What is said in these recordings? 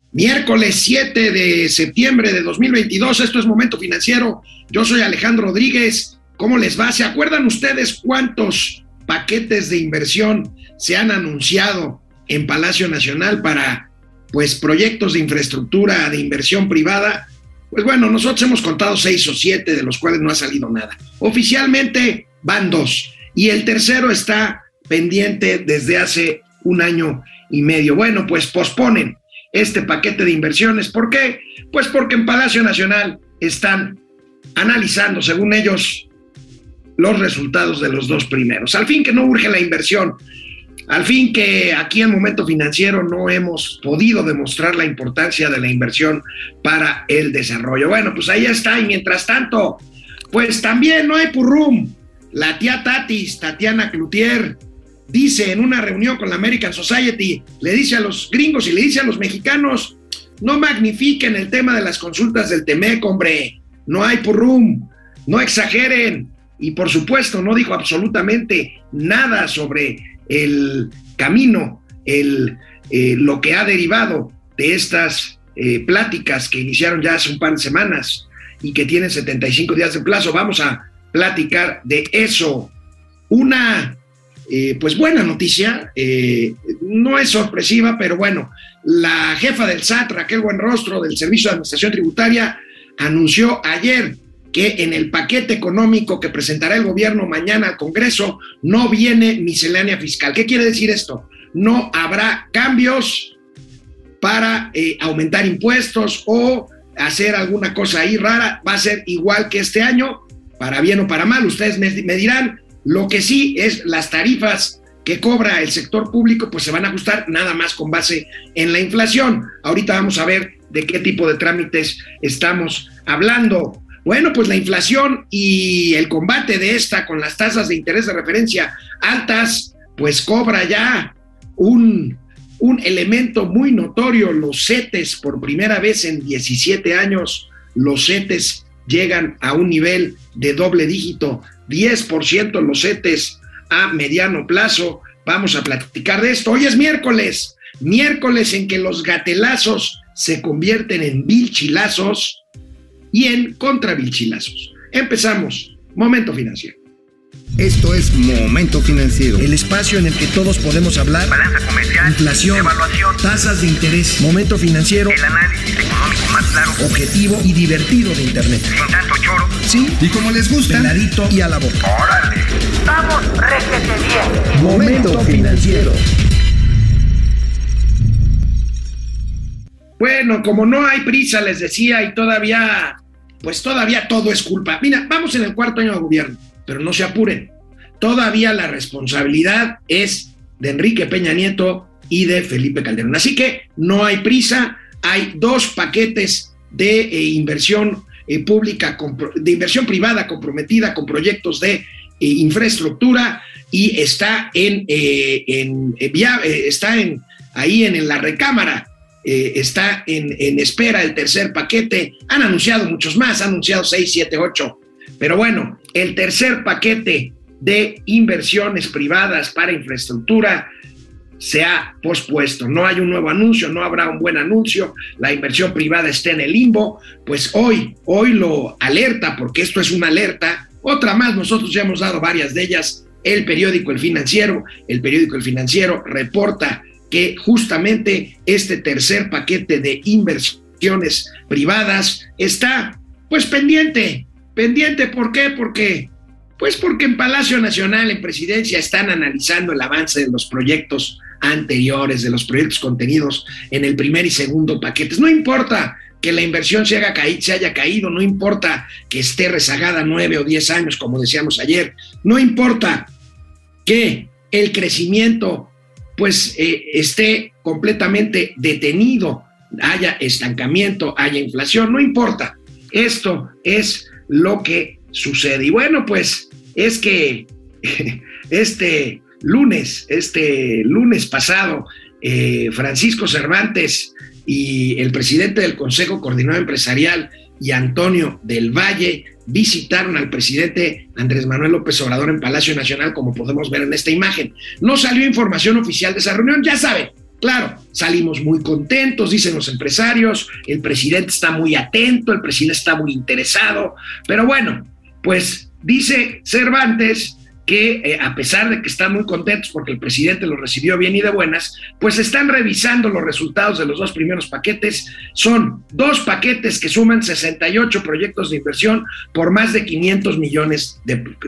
Miércoles 7 de septiembre de 2022, esto es Momento Financiero. Yo soy Alejandro Rodríguez. ¿Cómo les va? ¿Se acuerdan ustedes cuántos paquetes de inversión se han anunciado en Palacio Nacional para, proyectos de infraestructura de inversión privada? Pues bueno, nosotros hemos contado 6 o 7, de los cuales no ha salido nada. Oficialmente van 2 y el tercero está pendiente desde hace 1 año y medio. Bueno, pues posponen este paquete de inversiones. ¿Por qué? Pues porque en Palacio Nacional están analizando, según ellos, los resultados de los 2 primeros. Al fin que no urge la inversión, al fin que aquí en Momento Financiero no hemos podido demostrar la importancia de la inversión para el desarrollo. Bueno, pues ahí está. Y mientras tanto, pues también no hay purrum. La tía Tatis, Tatiana Cloutier, dice en una reunión con la American Society, le dice a los gringos y le dice a los mexicanos: no magnifiquen el tema de las consultas del TEMEC, hombre, no hay purrum, no exageren. Y por supuesto no dijo absolutamente nada sobre el camino, lo que ha derivado de estas pláticas que iniciaron ya hace un par de semanas y que tienen 75 días de plazo. Vamos a platicar de eso. Una buena noticia, no es sorpresiva, pero bueno, la jefa del SAT, Raquel Buenrostro, del Servicio de Administración Tributaria, anunció ayer que en el paquete económico que presentará el gobierno mañana al Congreso no viene miscelánea fiscal. ¿Qué quiere decir esto? No habrá cambios para aumentar impuestos o hacer alguna cosa ahí rara. Va a ser igual que este año, para bien o para mal. Ustedes me dirán. Lo que sí es las tarifas que cobra el sector público, pues se van a ajustar nada más con base en la inflación. Ahorita vamos a ver de qué tipo de trámites estamos hablando. Bueno, pues la inflación y el combate de esta con las tasas de interés de referencia altas, pues cobra ya un elemento muy notorio. Los CETES, por primera vez en 17 años, los CETES llegan a un nivel de doble dígito, 10% los CETES a mediano plazo. Vamos a platicar de esto. Hoy es miércoles en que los gatelazos se convierten en vilchilazos y en contravilchilazos. Empezamos, Momento Financiero. Esto es Momento Financiero, el espacio en el que todos podemos hablar. Balanza comercial, inflación, evaluación, tasas de interés. Momento Financiero, el análisis económico más claro, objetivo y divertido de Internet. sin tanto choro. Sí, y como les gusta, peladito y a la boca. ¡Órale! ¡Vamos, réjete bien! Momento Financiero. Bueno, como no hay prisa, les decía, y todavía todo es culpa. Mira, vamos en el 4º año de gobierno, pero no se apuren. Todavía la responsabilidad es de Enrique Peña Nieto y de Felipe Calderón. Así que no hay prisa. Hay 2 paquetes de inversión pública, de inversión privada comprometida con proyectos de infraestructura, y está ahí en la recámara. Está en espera el tercer paquete. Han anunciado muchos más, han anunciado 6, 7, 8. Pero bueno, el tercer paquete de inversiones privadas para infraestructura se ha pospuesto. No hay un nuevo anuncio, no habrá un buen anuncio. La inversión privada está en el limbo. Pues hoy lo alerta, porque esto es una alerta. Otra más, nosotros ya hemos dado varias de ellas. El periódico El Financiero reporta que justamente este tercer paquete de inversiones privadas está pendiente. ¿Por qué? Porque en Palacio Nacional, en Presidencia, están analizando el avance de los proyectos anteriores, de los proyectos contenidos en el primer y segundo paquetes. No importa que la inversión se haya caído, no importa que esté rezagada 9 o 10 años, como decíamos ayer, no importa que el crecimiento esté completamente detenido, haya estancamiento, haya inflación, no importa. Esto es lo que sucede. Y bueno, pues es que este lunes pasado, Francisco Cervantes y el presidente del Consejo Coordinador Empresarial y Antonio del Valle visitaron al presidente Andrés Manuel López Obrador en Palacio Nacional, como podemos ver en esta imagen. No salió información oficial de esa reunión, ya saben, Claro, salimos muy contentos, dicen los empresarios, el presidente está muy atento, el presidente está muy interesado, pero bueno, pues dice Cervantes que a pesar de que están muy contentos porque el presidente los recibió bien y de buenas, pues están revisando los resultados de los 2 primeros paquetes. Son 2 paquetes que suman 68 proyectos de inversión por más de 500 mil millones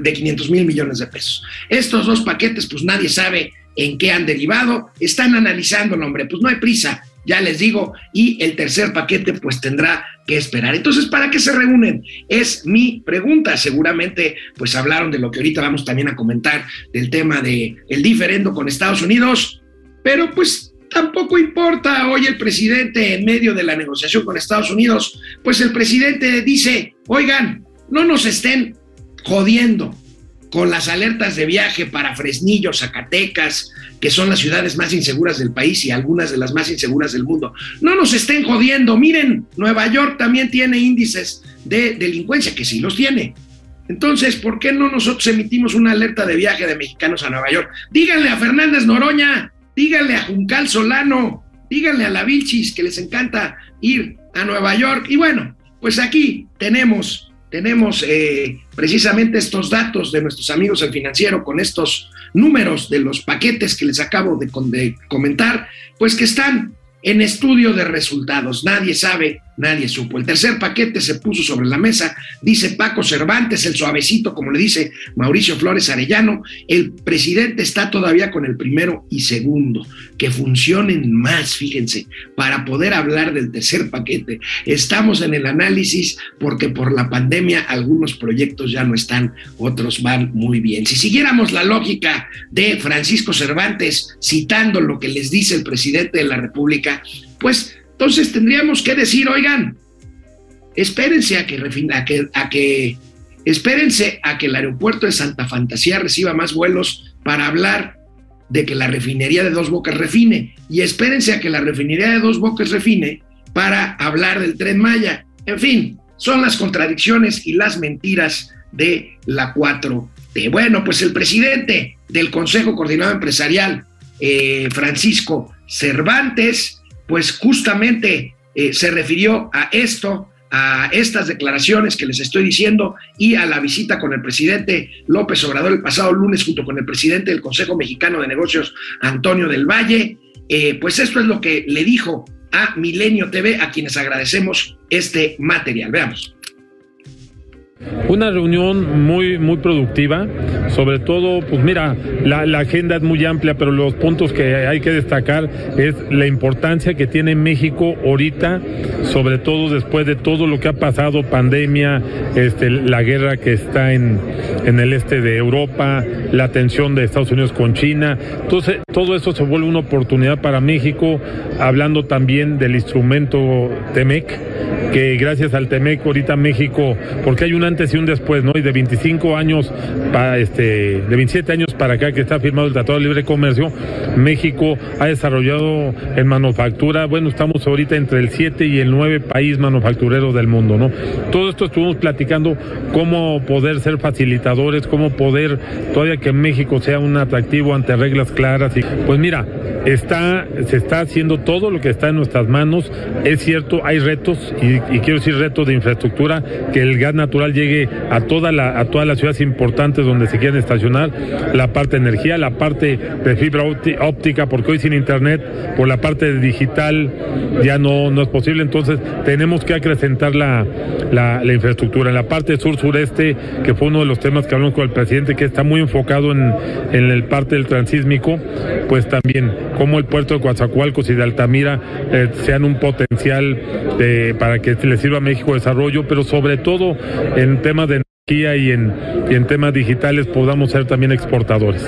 de pesos. Estos 2 paquetes, pues nadie sabe en qué han derivado, están analizándolo, hombre, pues no hay prisa, ya les digo, y el tercer paquete pues tendrá que esperar. Entonces, ¿para qué se reúnen? Es mi pregunta. Seguramente pues hablaron de lo que ahorita vamos también a comentar, del tema de el diferendo con Estados Unidos, pero pues tampoco importa. Hoy el presidente, en medio de la negociación con Estados Unidos, pues el presidente dice, oigan, no nos estén jodiendo con las alertas de viaje para Fresnillo, Zacatecas, que son las ciudades más inseguras del país y algunas de las más inseguras del mundo. No nos estén jodiendo. Miren, Nueva York también tiene índices de delincuencia, que sí los tiene. Entonces, ¿por qué no nosotros emitimos una alerta de viaje de mexicanos a Nueva York? Díganle a Fernández Noroña, díganle a Juncal Solano, díganle a la Vilchis, que les encanta ir a Nueva York. Y bueno, pues aquí tenemos precisamente estos datos de nuestros amigos del Financiero con estos números de los paquetes que les acabo de comentar, pues que están en estudio de resultados. Nadie sabe, nadie supo. El tercer paquete se puso sobre la mesa, dice Paco Cervantes, el suavecito, como le dice Mauricio Flores Arellano. El presidente está todavía con el primero y segundo, que funcionen más, fíjense, para poder hablar del tercer paquete. Estamos en el análisis porque por la pandemia algunos proyectos ya no están, otros van muy bien. Si siguiéramos la lógica de Francisco Cervantes, citando lo que les dice el presidente de la República, pues entonces tendríamos que decir, oigan, espérense a que el aeropuerto de Santa Fantasía reciba más vuelos para hablar de que la refinería de Dos Bocas refine, y espérense a que la refinería de Dos Bocas refine para hablar del Tren Maya. En fin, son las contradicciones y las mentiras de la 4T. Bueno, pues el presidente del Consejo Coordinador Empresarial, Francisco Cervantes, pues justamente se refirió a esto, a estas declaraciones que les estoy diciendo y a la visita con el presidente López Obrador el pasado lunes junto con el presidente del Consejo Mexicano de Negocios, Antonio del Valle. Pues esto es lo que le dijo a Milenio TV, a quienes agradecemos este material. Veamos. Una reunión muy productiva, sobre todo, pues mira, la agenda es muy amplia, pero los puntos que hay que destacar es la importancia que tiene México ahorita, sobre todo después de todo lo que ha pasado, pandemia, la guerra que está en el este de Europa, la tensión de Estados Unidos con China. Entonces, todo eso se vuelve una oportunidad para México, hablando también del instrumento TEMEC, que gracias al TEMEC ahorita México, porque hay un antes y un después, ¿no? Y de 25 años, de 27 años para acá que está firmado el Tratado de Libre Comercio, México ha desarrollado en manufactura, bueno, estamos ahorita entre el 7 y el 9 país manufacturero del mundo, ¿no? Todo esto estuvimos platicando cómo poder ser facilitadores, cómo poder, todavía que México sea un atractivo ante reglas claras. Y pues mira, se está haciendo todo lo que está en nuestras manos. Es cierto, hay retos, y quiero decir retos de infraestructura, que el gas natural llegue a todas las ciudades importantes donde se quieren estacionar, la parte de energía, la parte de fibra óptica, porque hoy sin internet, por la parte digital, ya no es posible. Entonces tenemos que acrecentar la infraestructura. En la parte sur-sureste, que fue uno de los temas que hablamos con el presidente, que está muy enfocado en el parte del transísmico, pues también como el puerto de Coatzacoalcos y de Altamira sean un potencial para que le sirva a México desarrollo, pero sobre todo en temas de energía y en temas digitales podamos ser también exportadores.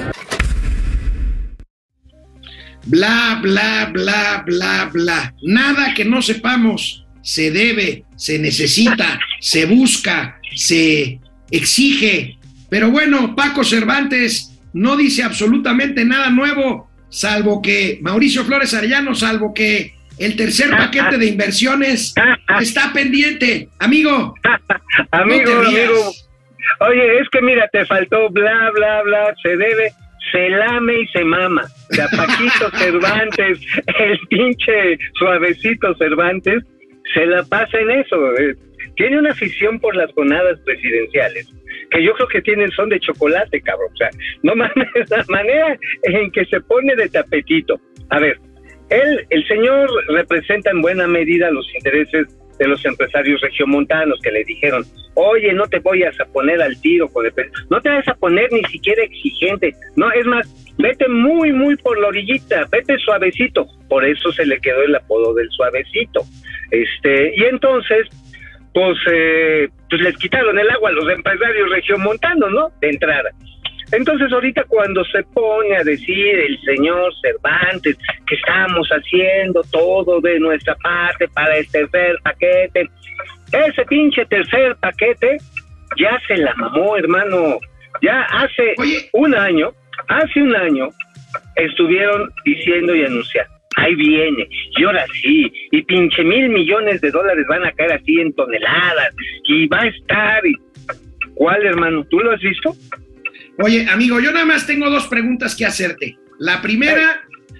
Bla, bla, bla, bla, bla. Nada que no sepamos. Se debe, se necesita, se busca, se exige. Pero bueno, Paco Cervantes no dice absolutamente nada nuevo, salvo que Mauricio Flores Arellano, salvo que el tercer paquete de inversiones está pendiente. Amigo. Amigo. Oye, es que mira, te faltó bla, bla, bla, se debe, se lame y se mama. O sea, Paquito Cervantes, el pinche suavecito Cervantes, se la pasa en eso. Tiene una afición por las gonadas presidenciales, que yo creo que son de chocolate, cabrón. O sea, no mames, la manera en que se pone de tapetito. A ver, el señor representa en buena medida los intereses de los empresarios regiomontanos que le dijeron, oye, no te vayas a poner al tiro con el no te vas a poner ni siquiera exigente, no, es más, vete muy, muy por la orillita, vete suavecito, por eso se le quedó el apodo del suavecito, y entonces, pues les quitaron el agua a los empresarios regiomontanos, ¿no? De entrada. Entonces ahorita cuando se pone a decir el señor Cervantes que estamos haciendo todo de nuestra parte para este tercer paquete, ese pinche tercer paquete ya se la mamó, hermano. Ya hace un año estuvieron diciendo y anunciando, ahí viene, y ahora sí, y pinche $1,000 millones van a caer así en toneladas, y va a estar, ¿cuál, hermano? ¿Tú lo has visto? Oye, amigo, yo nada más tengo 2 preguntas que hacerte. La primera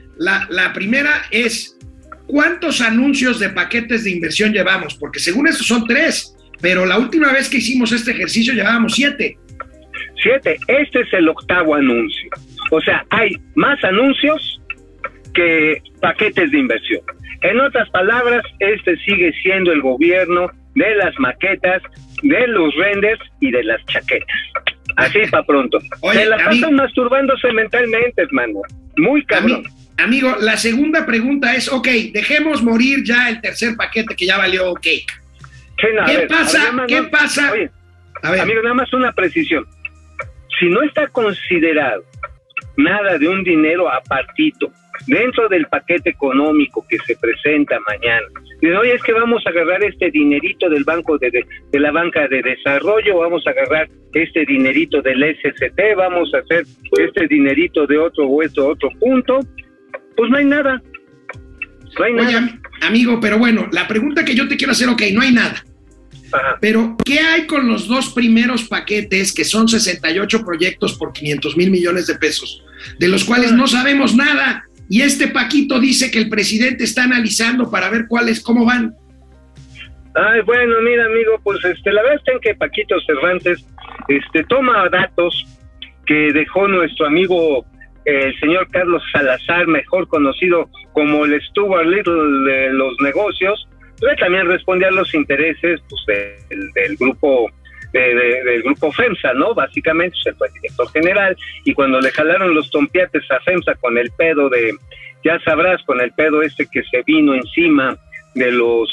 es, ¿cuántos anuncios de paquetes de inversión llevamos? Porque según eso son 3, pero la última vez que hicimos este ejercicio llevábamos 7. 7, este es el 8º anuncio. O sea, hay más anuncios que paquetes de inversión. En otras palabras, este sigue siendo el gobierno de las maquetas, de los renders y de las chaquetas. Así para pronto. Oye, se la pasan masturbándose mentalmente, hermano. Muy cabrón. Amigo, la segunda pregunta es, dejemos morir ya el tercer paquete que ya valió cake. Sí, no, ¿Qué pasa? Oye, amigo, nada más una precisión. Si no está considerado nada de un dinero apartito dentro del paquete económico que se presenta mañana, dicen, oye, es que vamos a agarrar este dinerito del banco de la banca de desarrollo, vamos a agarrar este dinerito del SST, vamos a hacer este dinerito de otro punto, pues no hay nada. No hay nada. Oye, amigo, pero bueno, la pregunta que yo te quiero hacer, no hay nada. Ajá. Pero, ¿qué hay con los 2 primeros paquetes, que son 68 proyectos por $500,000 millones, de los cuales no sabemos nada? Y este Paquito dice que el presidente está analizando para ver cómo van. Ay, bueno, mira, amigo, pues la verdad es que Paquito Cervantes toma datos que dejó nuestro amigo el señor Carlos Salazar, mejor conocido como el Stuart Little de los negocios. Él también responde a los intereses del grupo del grupo FEMSA, ¿no? Básicamente, el director general, y cuando le jalaron los tompiates a FEMSA con el pedo ya sabrás, con el pedo que se vino encima de los...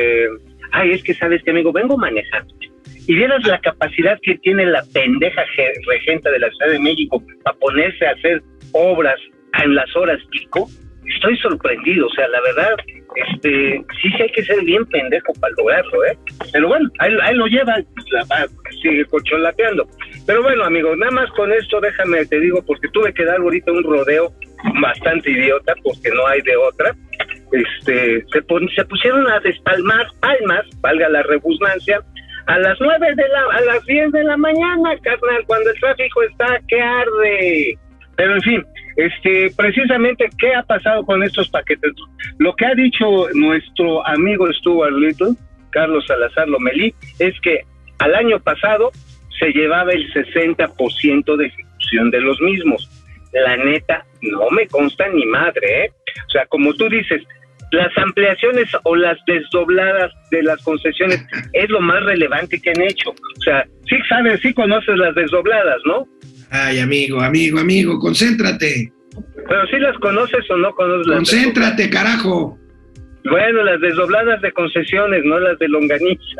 es que sabes que, amigo, vengo manejando, y vieras la capacidad que tiene la pendeja regenta de la Ciudad de México para ponerse a hacer obras en las horas pico. Estoy sorprendido, o sea, la verdad, sí hay que ser bien pendejo para lograrlo, pero bueno, ahí lo lleva, sigue cocholateando. Pero bueno, amigo, nada más con esto déjame, te digo, porque tuve que dar ahorita un rodeo bastante idiota, porque no hay de otra. Se pusieron a despalmar palmas, valga la redundancia, a las 10 de la mañana, carnal, cuando el tráfico está que arde. Pero en fin, precisamente, ¿qué ha pasado con estos paquetes? Lo que ha dicho nuestro amigo Stuart Little, Carlos Salazar Lomelí, es que al año pasado se llevaba el 60% de ejecución de los mismos. La neta, no me consta ni madre, O sea, como tú dices, las ampliaciones o las desdobladas de las concesiones es lo más relevante que han hecho. O sea, sí sabes, sí conoces las desdobladas, ¿no? Ay, amigo, concéntrate. Pero si las conoces o no conoces las Concéntrate, carajo. Bueno, las desdobladas de concesiones, no las de longaniza.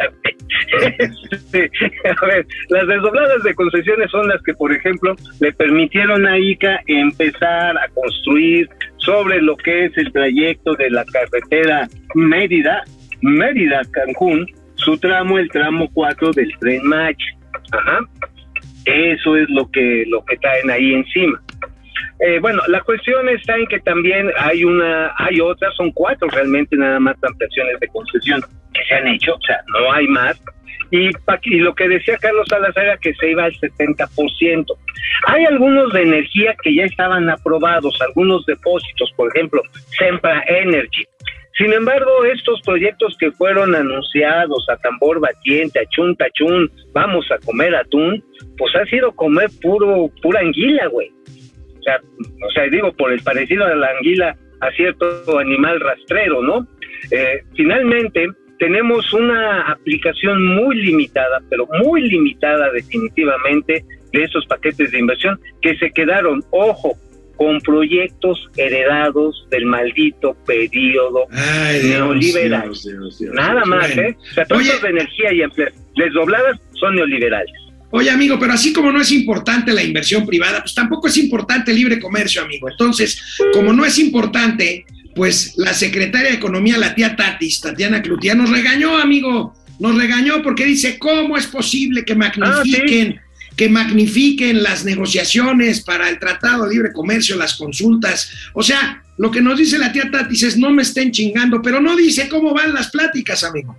A ver, las desdobladas de concesiones son las que, por ejemplo, le permitieron a ICA empezar a construir sobre lo que es el trayecto de la carretera Mérida-Cancún, su tramo, el tramo 4 del Tren Mach. Ajá. Eso es lo que traen ahí encima. Bueno, la cuestión está en que también hay otras, son 4 realmente nada más ampliaciones de concesión que se han hecho, o sea, no hay más. Y lo que decía Carlos Salazar era que se iba al 70%. Hay algunos de energía que ya estaban aprobados, algunos depósitos, por ejemplo, Sempra Energy. Sin embargo, estos proyectos que fueron anunciados a tambor batiente, a chun tachún, vamos a comer atún, pues ha sido comer pura anguila, güey. O sea, digo, por el parecido a la anguila a cierto animal rastrero, ¿no? Finalmente, tenemos una aplicación muy limitada, pero muy limitada definitivamente, de esos paquetes de inversión que se quedaron, ojo, con proyectos heredados del maldito periodo neoliberal. Dios. Nada más, bueno. O sea, todos los de energía y empleo desdobladas son neoliberales. Oye, amigo, pero así como no es importante la inversión privada, pues tampoco es importante el libre comercio, amigo. Entonces, como no es importante, pues la secretaria de Economía, la tía Tatis, Tatiana Cloutier, nos regañó, amigo. Nos regañó porque dice, ¿cómo es posible que magnifiquen... ¿sí? Que magnifiquen las negociaciones para el Tratado de Libre Comercio, las consultas? O sea, lo que nos dice la tía Tatis es no me estén chingando, pero no dice cómo van las pláticas, amigo.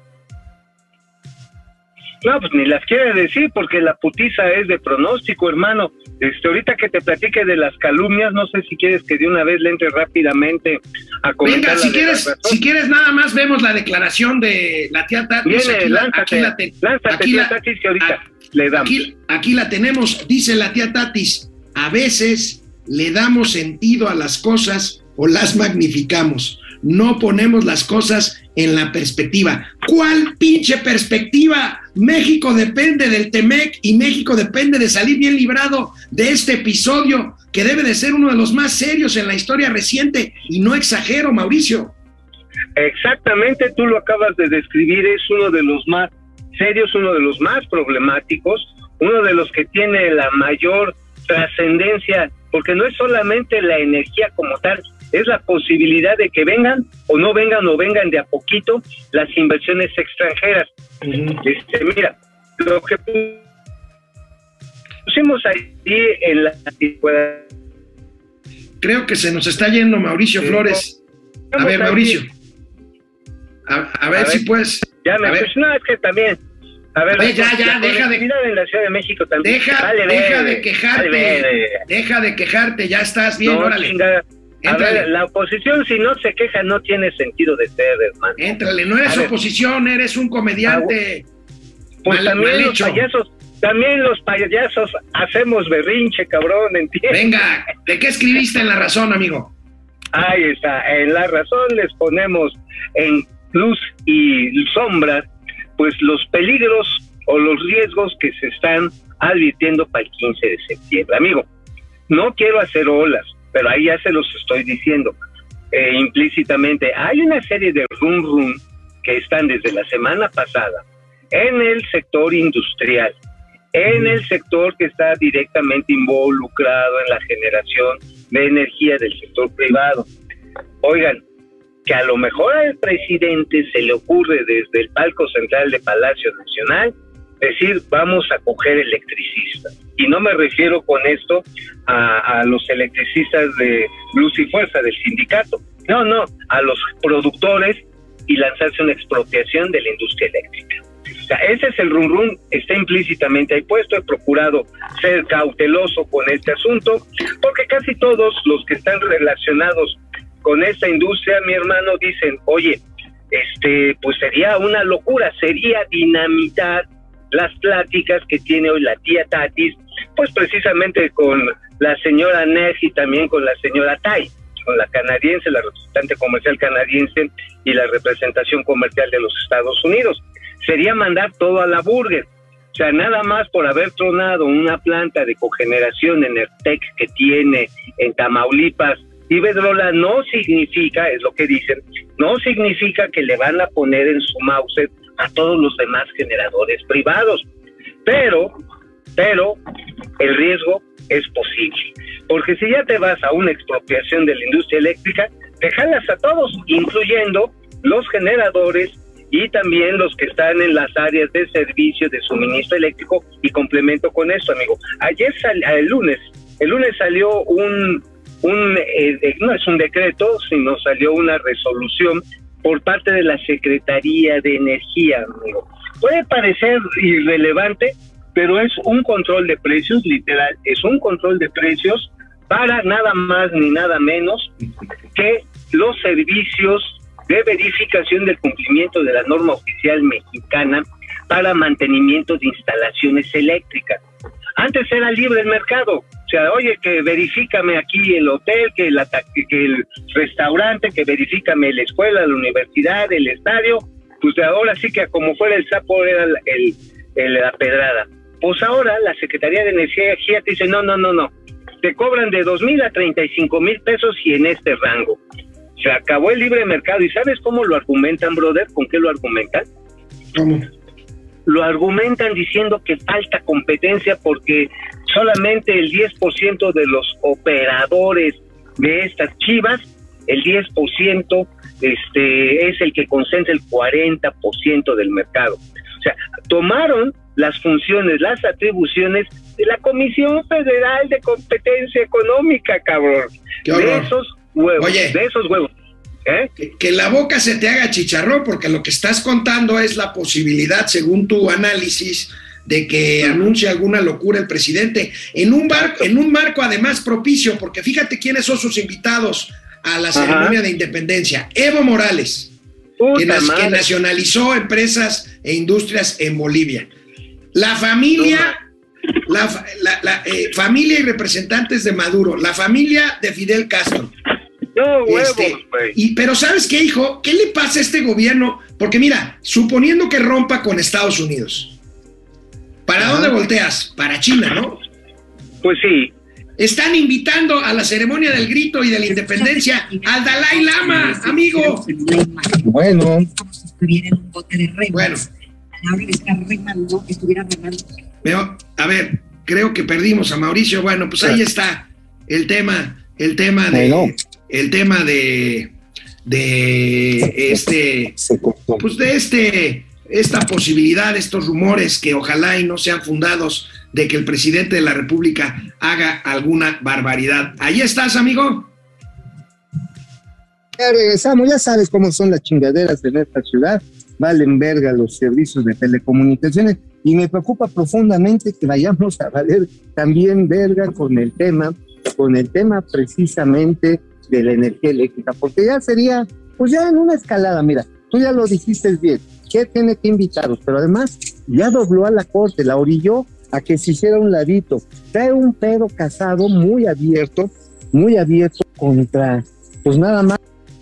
No, pues ni las quiere decir porque la putiza es de pronóstico, hermano. Ahorita que te platique de las calumnias, no sé si quieres que de una vez le entre rápidamente a comentar. Venga, si quieres nada más vemos la declaración de la tía Tatis. Viene, lánzate, tía Tatis, que ahorita le damos. Aquí la tenemos, dice la tía Tatis, a veces le damos sentido a las cosas o las magnificamos, no ponemos las cosas en la perspectiva. ¿Cuál pinche perspectiva? México depende del TEMEC y México depende de salir bien librado de este episodio que debe de ser uno de los más serios en la historia reciente, y no exagero, Mauricio. Exactamente, tú lo acabas de describir, es uno de los más serios, uno de los más problemáticos, uno de los que tiene la mayor trascendencia, porque no es solamente la energía como tal, es la posibilidad de que vengan o vengan de a poquito las inversiones extranjeras. Mira, lo que pusimos ahí en la... Creo que se nos está yendo Mauricio Flores. A ver, Mauricio. A ver si puedes. Ya me no, es que también. A ver, ya, deja de... en la Ciudad de México también. Deja de quejarte. Deja de quejarte, ya estás bien, órale. A ver, la oposición si no se queja no tiene sentido de ser, hermano. Éntrale, no eres oposición, eres un comediante. Pues también los payasos hacemos berrinche, cabrón, ¿entiendes? Venga, ¿de qué escribiste en La Razón, amigo? Ahí está, en La Razón les ponemos en luz y sombras, pues los peligros o los riesgos que se están advirtiendo para el 15 de septiembre. Amigo, no quiero hacer olas, pero ahí ya se los estoy diciendo implícitamente. Hay una serie de rum que están desde la semana pasada en el sector industrial, en el sector que está directamente involucrado en la generación de energía del sector privado. Oigan, que a lo mejor al presidente se le ocurre desde el palco central de Palacio Nacional decir, vamos a coger electricistas. Y no me refiero con esto a los electricistas de Luz y Fuerza del sindicato, no, a los productores, y lanzarse una expropiación de la industria eléctrica. O sea, ese es el rum, está implícitamente ahí puesto. He procurado ser cauteloso con este asunto, porque casi todos los que están relacionados con esta industria, mi hermano, dicen, oye, pues sería una locura, sería dinamitar las pláticas que tiene hoy la tía Tatis, pues precisamente con la señora Ness y también con la señora Tai, con la canadiense, la representante comercial canadiense y la representación comercial de los Estados Unidos. Sería mandar todo a la burger. O sea, nada más por haber tronado una planta de cogeneración en Enertec que tiene en Tamaulipas, Iberdrola, no significa, es lo que dicen, no significa que le van a poner en su Mauser a todos los demás generadores privados. Pero el riesgo es posible. Porque si ya te vas a una expropiación de la industria eléctrica, te jalas a todos, incluyendo los generadores y también los que están en las áreas de servicio de suministro eléctrico. Y complemento con esto, amigo. El lunes El lunes salió no es un decreto, sino salió una resolución por parte de la Secretaría de Energía, amigo. Puede parecer irrelevante, pero es un control de precios, literal, es un control de precios para nada más ni nada menos que los servicios de verificación del cumplimiento de la norma oficial mexicana para mantenimiento de instalaciones eléctricas. Antes era libre el mercado, o sea, oye, que verifícame aquí el hotel, que el restaurante, que verifícame la escuela, la universidad, el estadio, pues ahora sí que como fuera el sapo era la pedrada. Pues ahora la Secretaría de Energía te dice, no, te cobran de 2,000 a 35,000 pesos y en este rango. Se acabó el libre mercado. ¿Y sabes cómo lo argumentan, brother? ¿Con qué lo argumentan? ¿Cómo? Lo argumentan diciendo que falta competencia porque solamente el 10% de los operadores de estas chivas, el 10% es el que concentra el 40% del mercado. O sea, tomaron las funciones, las atribuciones de la Comisión Federal de Competencia Económica, cabrón. Qué horror. De esos huevos. Oye, de esos huevos. Que la boca se te haga chicharrón, porque lo que estás contando es la posibilidad, según tu análisis, de que anuncie alguna locura el presidente en un marco además propicio, porque fíjate quiénes son sus invitados a la ceremonia de independencia. Evo Morales, que nacionalizó empresas e industrias en Bolivia. La familia, familia y representantes de Maduro, la familia de Fidel Castro. No, huevos, güey. Pero ¿sabes qué, hijo? ¿Qué le pasa a este gobierno? Porque mira, suponiendo que rompa con Estados Unidos, ¿para dónde volteas? Para China, ¿no? Pues sí. Están invitando a la ceremonia del grito y de la independencia al Dalai Lama, amigo. Bueno. A ver, creo que perdimos a Mauricio. Bueno, pues ahí está el tema de esta posibilidad, estos rumores que ojalá y no sean fundados de que el presidente de la República haga alguna barbaridad. Ahí estás, amigo. Ya regresamos, ya sabes cómo son las chingaderas de esta ciudad, valen verga los servicios de telecomunicaciones y me preocupa profundamente que vayamos a valer también verga con el tema precisamente de la energía eléctrica, porque ya sería, pues ya en una escalada, mira, tú ya lo dijiste bien, que tiene que invitarlos, pero además ya dobló a la corte, la orilló a que se hiciera un ladito, trae un pedo casado muy abierto contra, pues nada más.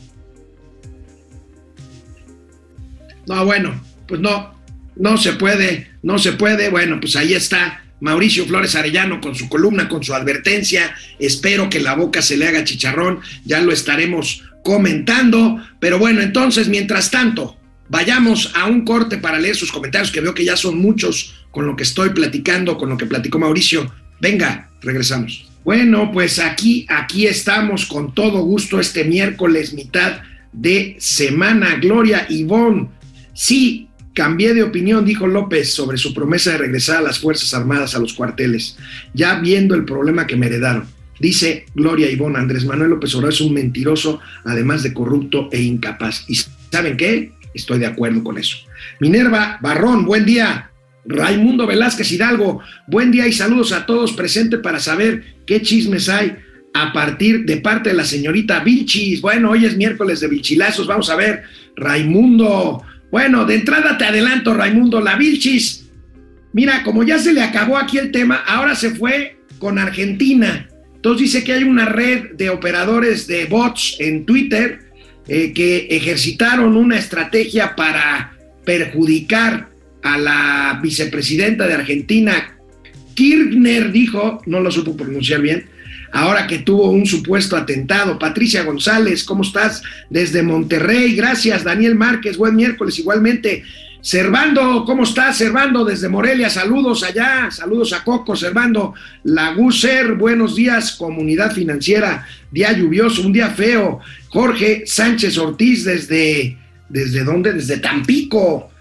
No, bueno, pues no se puede, bueno, pues ahí está Mauricio Flores Arellano con su columna, con su advertencia. Espero que la boca se le haga chicharrón, ya lo estaremos comentando, pero bueno, entonces, mientras tanto, vayamos a un corte para leer sus comentarios, que veo que ya son muchos con lo que estoy platicando, con lo que platicó Mauricio. Venga, regresamos. Bueno, pues aquí estamos con todo gusto este miércoles, mitad de semana. Gloria Ivonne, sí, cambié de opinión, dijo López, sobre su promesa de regresar a las Fuerzas Armadas a los cuarteles, ya viendo el problema que me heredaron. Dice Gloria Ivonne, Andrés Manuel López Obrador es un mentiroso, además de corrupto e incapaz. ¿Y saben qué? Estoy de acuerdo con eso. Minerva Barrón, buen día. Raimundo Velázquez Hidalgo, buen día y saludos a todos, presente para saber qué chismes hay de parte de la señorita Vilchis. Bueno, hoy es miércoles de Vilchilazos, vamos a ver, Raimundo. Bueno, de entrada te adelanto, Raimundo, la Vilchis, mira, como ya se le acabó aquí el tema, ahora se fue con Argentina. Entonces dice que hay una red de operadores de bots en Twitter que ejercitaron una estrategia para perjudicar a la vicepresidenta de Argentina, Kirchner, dijo, no lo supo pronunciar bien, ahora que tuvo un supuesto atentado. Patricia González, ¿cómo estás? Desde Monterrey, gracias. Daniel Márquez, buen miércoles igualmente. Servando, ¿cómo estás, Servando? Desde Morelia, saludos allá, saludos a Coco, Servando. Laguser, buenos días, comunidad financiera, día lluvioso, un día feo. Jorge Sánchez Ortiz, ¿desde dónde? Desde Tampico.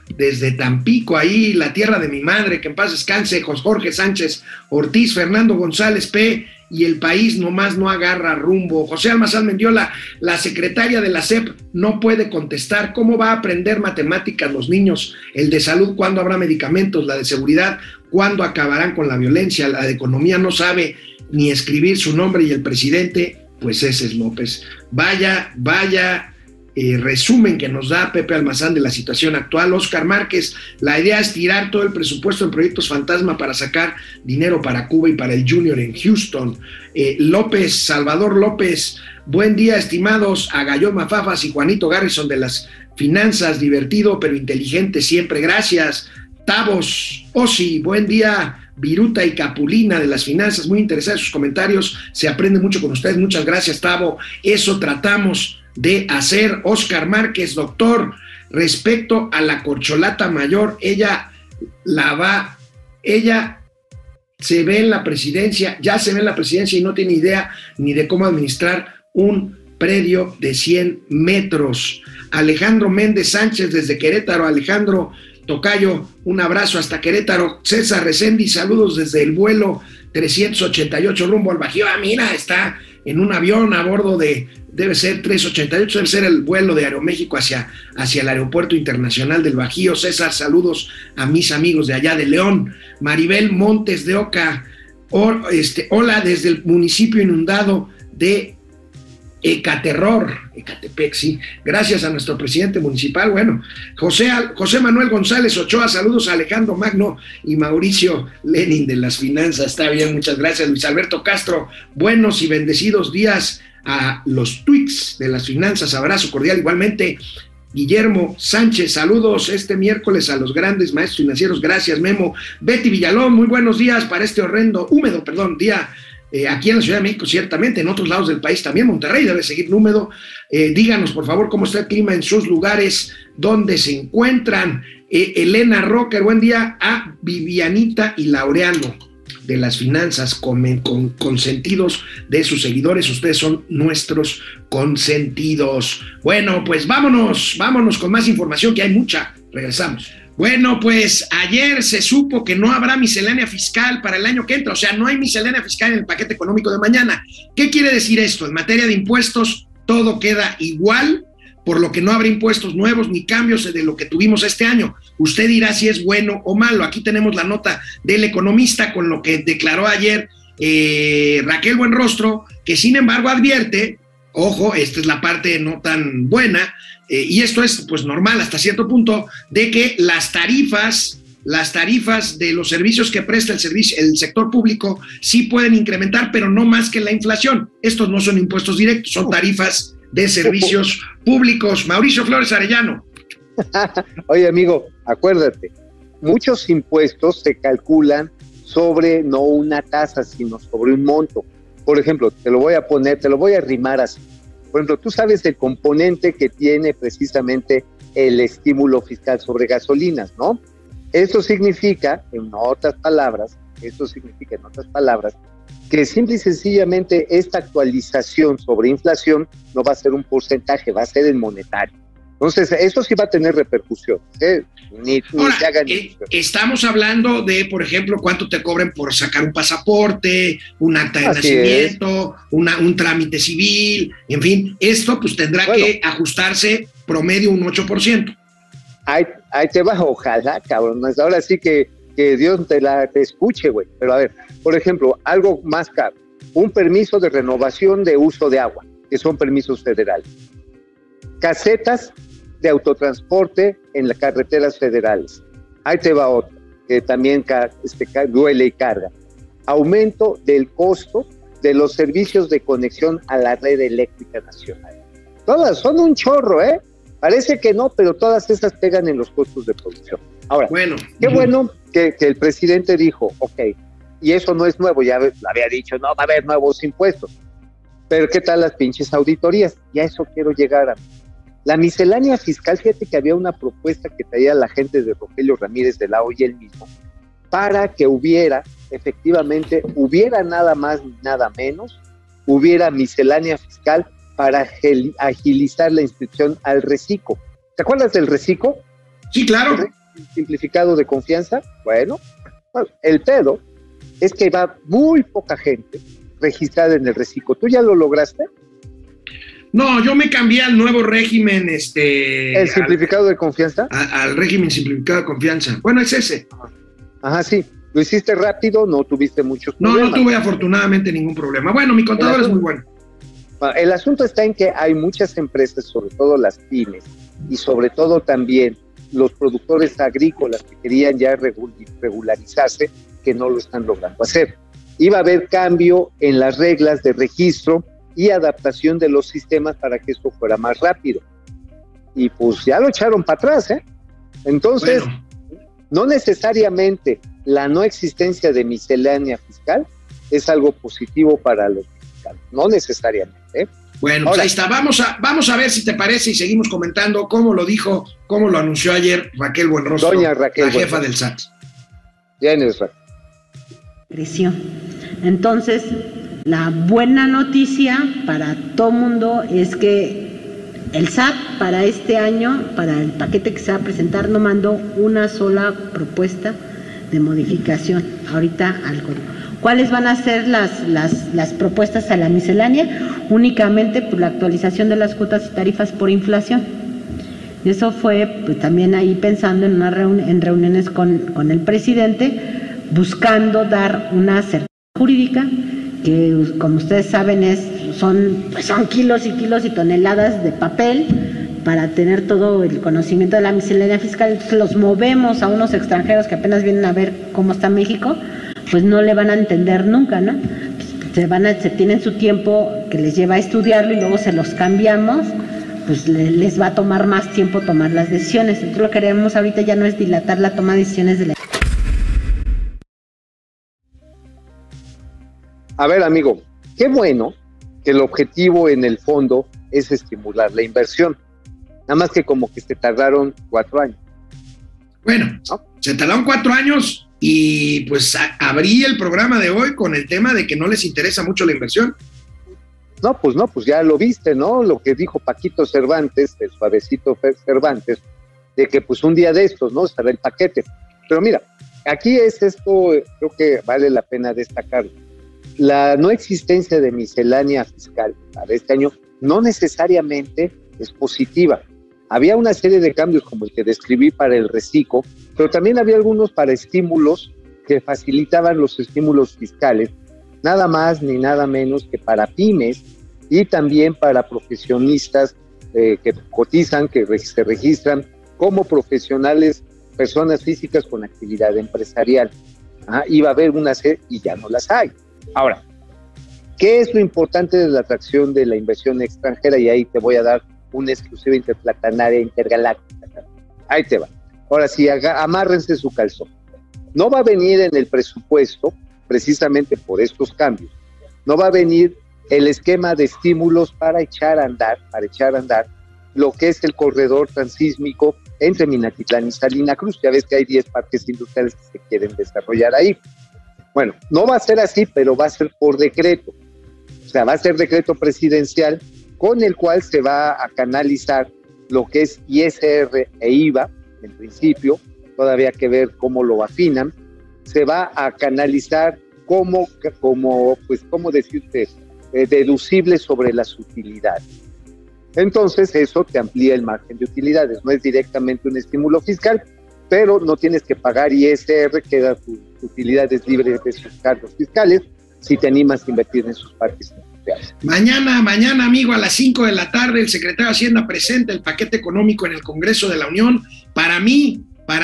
desde Tampico, ahí la tierra de mi madre, que en paz descanse, Jorge Sánchez Ortiz, Fernando González P., y el país nomás no agarra rumbo. José Almazán Mendiola, la secretaria de la SEP no puede contestar. ¿Cómo va a aprender matemáticas los niños? El de salud, ¿cuándo habrá medicamentos? La de seguridad, ¿cuándo acabarán con la violencia? La de economía no sabe ni escribir su nombre, y el presidente, pues ese es López. Vaya resumen que nos da Pepe Almazán de la situación actual. Oscar Márquez, la idea es tirar todo el presupuesto en proyectos fantasma para sacar dinero para Cuba y para el Junior en Houston. Salvador López, buen día, estimados Agayón Mafafas y Juanito Garrison de las finanzas, divertido pero inteligente siempre, gracias. Tavos Osi, buen día. Viruta y Capulina de las finanzas, muy interesados sus comentarios, se aprende mucho con ustedes, muchas gracias, Tavo, eso tratamos de hacer. Oscar Márquez, doctor, respecto a la corcholata mayor, ella se ve en la presidencia, ya se ve en la presidencia y no tiene idea ni de cómo administrar un predio de 100 metros. Alejandro Méndez Sánchez desde Querétaro, Alejandro Tocayo, un abrazo hasta Querétaro. César Reséndiz, saludos desde el vuelo 388 rumbo al Bajío. Mira, está en un avión a bordo debe ser 388, debe ser el vuelo de Aeroméxico hacia el aeropuerto internacional del Bajío. César, saludos a mis amigos de allá de León. Maribel Montes de Oca, hola desde el municipio inundado de Ecatepec, sí, gracias a nuestro presidente municipal. Bueno, José Manuel González Ochoa, saludos a Alejandro Magno y Mauricio Lenin de las finanzas, está bien, muchas gracias. Luis Alberto Castro, buenos y bendecidos días a los tweets de las finanzas, abrazo cordial igualmente. Guillermo Sánchez, saludos este miércoles a los grandes maestros financieros, gracias Memo. Betty Villalón, muy buenos días para este húmedo día. Aquí en la Ciudad de México, ciertamente, en otros lados del país también, Monterrey debe seguir húmedo. Díganos, por favor, cómo está el clima en sus lugares, donde se encuentran. Elena Rocker, buen día a Vivianita y Laureano de las finanzas, consentidos de sus seguidores. Ustedes son nuestros consentidos. Bueno, pues vámonos con más información, que hay mucha. Regresamos. Bueno, pues ayer se supo que no habrá miscelánea fiscal para el año que entra, o sea, no hay miscelánea fiscal en el paquete económico de mañana. ¿Qué quiere decir esto? En materia de impuestos, todo queda igual, por lo que no habrá impuestos nuevos ni cambios de lo que tuvimos este año. Usted dirá si es bueno o malo. Aquí tenemos la nota del Economista con lo que declaró ayer Raquel Buenrostro, que sin embargo advierte, ojo, esta es la parte no tan buena, y esto es pues normal hasta cierto punto, de que las tarifas de los servicios que presta el sector público sí pueden incrementar, pero no más que la inflación. Estos no son impuestos directos, son tarifas de servicios públicos. Mauricio Flores Arellano. Oye, amigo, acuérdate, muchos impuestos se calculan sobre no una tasa, sino sobre un monto. Por ejemplo, te lo voy a rimar así. Por ejemplo, tú sabes el componente que tiene precisamente el estímulo fiscal sobre gasolinas, ¿no? Esto significa, en otras palabras, que simple y sencillamente esta actualización sobre inflación no va a ser un porcentaje, va a ser el monetario. Entonces, eso sí va a tener repercusión. Ahora, estamos hablando de, por ejemplo, cuánto te cobren por sacar un pasaporte, un acta de nacimiento, un trámite civil, en fin, esto pues tendrá que ajustarse promedio un 8%. Ahí te va, ojalá, cabrón. Ahora sí que Dios te escuche, güey. Pero a ver, por ejemplo, algo más caro, un permiso de renovación de uso de agua, que son permisos federales. Casetas de autotransporte en las carreteras federales. Ahí te va otro, que también duele y carga. Aumento del costo de los servicios de conexión a la red eléctrica nacional. Todas son un chorro, ¿eh? Parece que no, pero todas esas pegan en los costos de producción. Ahora, qué bueno que el presidente dijo, ok, y eso no es nuevo, ya había dicho, no va a haber nuevos impuestos. Pero ¿qué tal las pinches auditorías? Y a eso quiero llegar a... La miscelánea fiscal, fíjate que había una propuesta que traía la gente de Rogelio Ramírez de la O y él mismo, para que efectivamente hubiera nada más ni nada menos, hubiera miscelánea fiscal para agilizar la inscripción al RECICO. ¿Te acuerdas del RECICO? Sí, claro. Simplificado de confianza, bueno, el pedo es que va muy poca gente registrada en el reciclo. ¿Tú ya lo lograste? No, yo me cambié al nuevo régimen, ¿El simplificado de confianza? Al régimen simplificado de confianza. Bueno, es ese. Ajá, sí. ¿Lo hiciste rápido? ¿No tuviste muchos problemas? No tuve afortunadamente ningún problema. Bueno, mi contador es muy bueno. El asunto está en que hay muchas empresas, sobre todo las pymes, y sobre todo también los productores agrícolas que querían ya regularizarse, que no lo están logrando hacer. Iba a haber cambio en las reglas de registro y adaptación de los sistemas para que esto fuera más rápido. Y pues ya lo echaron para atrás, ¿eh? Entonces, bueno, no necesariamente la no existencia de miscelánea fiscal es algo positivo para los fiscales, no necesariamente, ¿eh? Bueno, pues ahí está. Vamos a ver si te parece y seguimos comentando cómo lo dijo, cómo lo anunció ayer Raquel Buenrostro, doña Raquel, la jefa del SAT. Ya no es Raquel. Creció. Entonces, la buena noticia para todo mundo es que el SAT para este año, para el paquete que se va a presentar, no mandó una sola propuesta de modificación ahorita al código. ¿Cuáles van a ser las propuestas a la miscelánea? Únicamente por la actualización de las cuotas y tarifas por inflación. Y eso fue pues, también ahí pensando en reuniones con el presidente, buscando dar una certeza jurídica, que como ustedes saben son kilos y kilos y toneladas de papel para tener todo el conocimiento de la miscelánea fiscal. Entonces los movemos a unos extranjeros que apenas vienen a ver cómo está México, pues no le van a entender nunca, ¿no? Pues se tienen su tiempo que les lleva a estudiarlo y luego se los cambiamos, pues les va a tomar más tiempo tomar las decisiones. Entonces lo que queremos ahorita ya no es dilatar la toma de decisiones de la... A ver, amigo, qué bueno que el objetivo en el fondo es estimular la inversión. Nada más que como que se tardaron 4 años. Bueno, ¿no? Se tardaron 4 años y pues abrí el programa de hoy con el tema de que no les interesa mucho la inversión. No, pues ya lo viste, ¿no? Lo que dijo Paquito Cervantes, el suavecito Cervantes, de que pues un día de estos, ¿no? Estará el paquete. Pero mira, aquí es esto, creo que vale la pena destacarlo. La no existencia de miscelánea fiscal para este año no necesariamente es positiva. Había una serie de cambios como el que describí para el reciclo, pero también había algunos para estímulos que facilitaban los estímulos fiscales, nada más ni nada menos que para pymes y también para profesionistas que cotizan, que se registran como profesionales, personas físicas con actividad empresarial. Iba a haber una serie y ya no las hay. Ahora, ¿qué es lo importante de la atracción de la inversión extranjera? Y ahí te voy a dar una exclusiva interplanetaria intergaláctica. Ahí te va. Ahora sí, amárrense su calzón. No va a venir en el presupuesto, precisamente por estos cambios, no va a venir el esquema de estímulos para echar a andar lo que es el corredor transísmico entre Minatitlán y Salina Cruz. Ya ves que hay 10 parques industriales que se quieren desarrollar ahí. Bueno, no va a ser así, pero va a ser por decreto. O sea, va a ser decreto presidencial con el cual se va a canalizar lo que es ISR e IVA, en principio, todavía hay que ver cómo lo afinan. Se va a canalizar como decirte, deducible sobre las utilidades. Entonces, eso te amplía el margen de utilidades. No es directamente un estímulo fiscal, pero no tienes que pagar ISR, queda tus utilidades libres de sus cargos fiscales si te animas a invertir en sus parques industriales. Mañana, amigo, a las 5 de la tarde, el secretario de Hacienda presenta el paquete económico en el Congreso de la Unión. Para mí,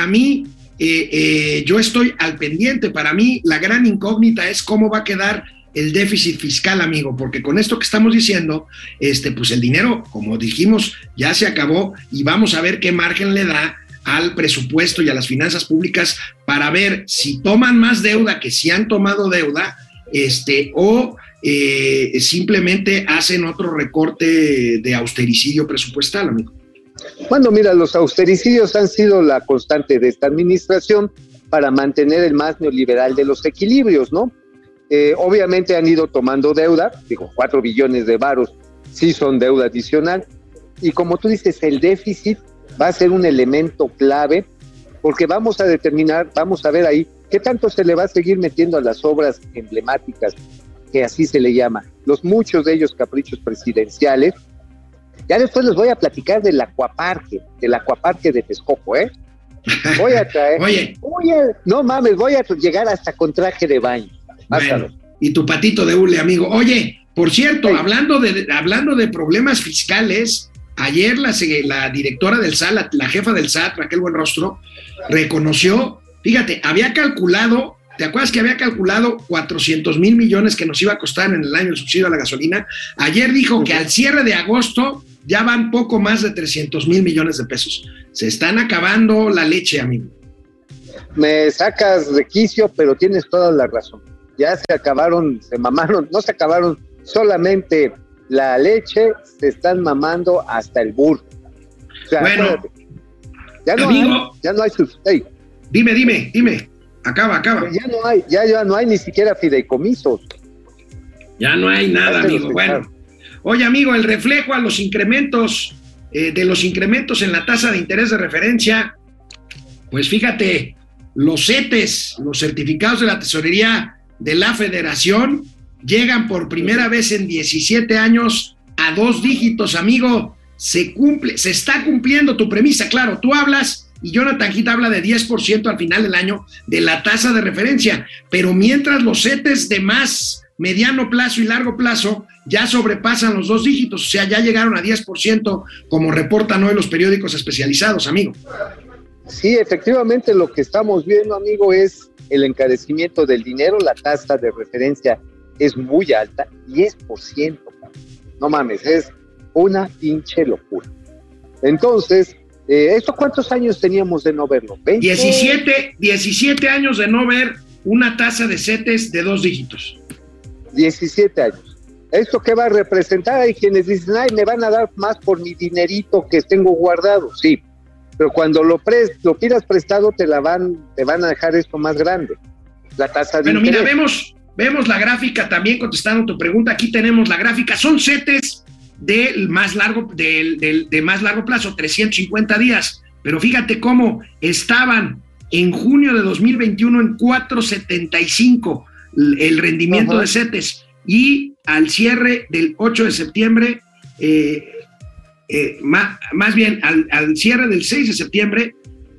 yo estoy al pendiente. Para mí, la gran incógnita es cómo va a quedar el déficit fiscal, amigo, porque con esto que estamos diciendo, pues el dinero, como dijimos, ya se acabó y vamos a ver qué margen le da al presupuesto y a las finanzas públicas para ver si toman más deuda, que si han tomado deuda, o simplemente hacen otro recorte de austericidio presupuestal, amigo. Bueno, mira, los austericidios han sido la constante de esta administración para mantener el más neoliberal de los equilibrios, ¿no? Obviamente han ido tomando deuda, 4 billones de varos sí son deuda adicional, y como tú dices, el déficit va a ser un elemento clave, porque vamos a determinar, vamos a ver ahí, qué tanto se le va a seguir metiendo a las obras emblemáticas, que así se le llama, muchos de ellos caprichos presidenciales. Ya después les voy a platicar del Aquaparque de Texcoco, ¿eh? Voy a traer, no mames, voy a llegar hasta con traje de baño. Bueno, y tu patito de hule, amigo. Oye, por cierto, sí. hablando de problemas fiscales, ayer la directora del SAT, la jefa del SAT, Raquel Buenrostro, reconoció, fíjate, había calculado, ¿te acuerdas que había calculado 400,000 millones que nos iba a costar en el año el subsidio a la gasolina? Ayer dijo que al cierre de agosto ya van poco más de 300,000 millones de pesos. Se están acabando la leche, amigo. Me sacas de quicio, pero tienes toda la razón. Ya se acabaron, se mamaron, no se acabaron solamente la leche, se están mamando hasta el burro. O sea, bueno, ya no hay subsidio. Dime. Acaba. Ya no hay ni siquiera fideicomisos. Ya no hay nada, amigo. Bueno. Oye, amigo, el reflejo a los incrementos, de los incrementos en la tasa de interés de referencia, pues fíjate, los CETES, los certificados de la tesorería de la Federación, llegan por primera vez en 17 años a 2 dígitos, amigo. Se está cumpliendo tu premisa, claro, tú hablas y Jonathan Heath habla de 10% al final del año de la tasa de referencia, pero mientras los CETES de más mediano plazo y largo plazo ya sobrepasan los 2 dígitos, o sea, ya llegaron a 10%, como reportan hoy los periódicos especializados, amigo. Sí, efectivamente lo que estamos viendo, amigo, es el encarecimiento del dinero. La tasa de referencia es muy alta, 10%, no mames, es una pinche locura. Entonces, ¿esto cuántos años teníamos de no verlo? 17 años de no ver una tasa de CETES de 2 dígitos. 17 años. ¿Esto qué va a representar? Hay quienes dicen, ay, me van a dar más por mi dinerito que tengo guardado. Sí, pero cuando lo pidas prestado te van a dejar esto más grande. La tasa de interés. Mira, vemos la gráfica también, contestando tu pregunta. Aquí tenemos la gráfica. Son CETES de más largo plazo, 350 días. Pero fíjate cómo estaban en junio de 2021 en 4.75 el rendimiento de CETES, y al cierre del 8 de septiembre, más bien al cierre del 6 de septiembre,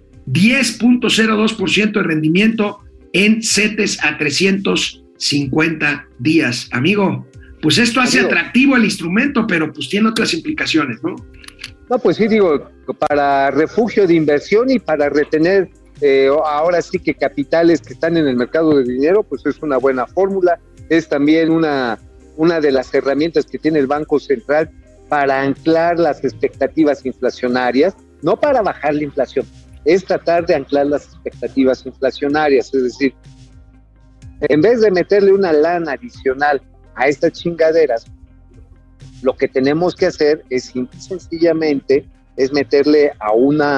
10.02% de rendimiento en CETES a 350 días. Amigo, pues esto hace atractivo el instrumento, pero pues tiene otras implicaciones, ¿no? No, pues sí, digo, para refugio de inversión y para retener ahora sí que capitales que están en el mercado de dinero, pues es una buena fórmula. Es también una de las herramientas que tiene el Banco Central para anclar las expectativas inflacionarias, no para bajar la inflación, es tratar de anclar las expectativas inflacionarias. Es decir, en vez de meterle una lana adicional a estas chingaderas, lo que tenemos que hacer es sencillamente es meterle a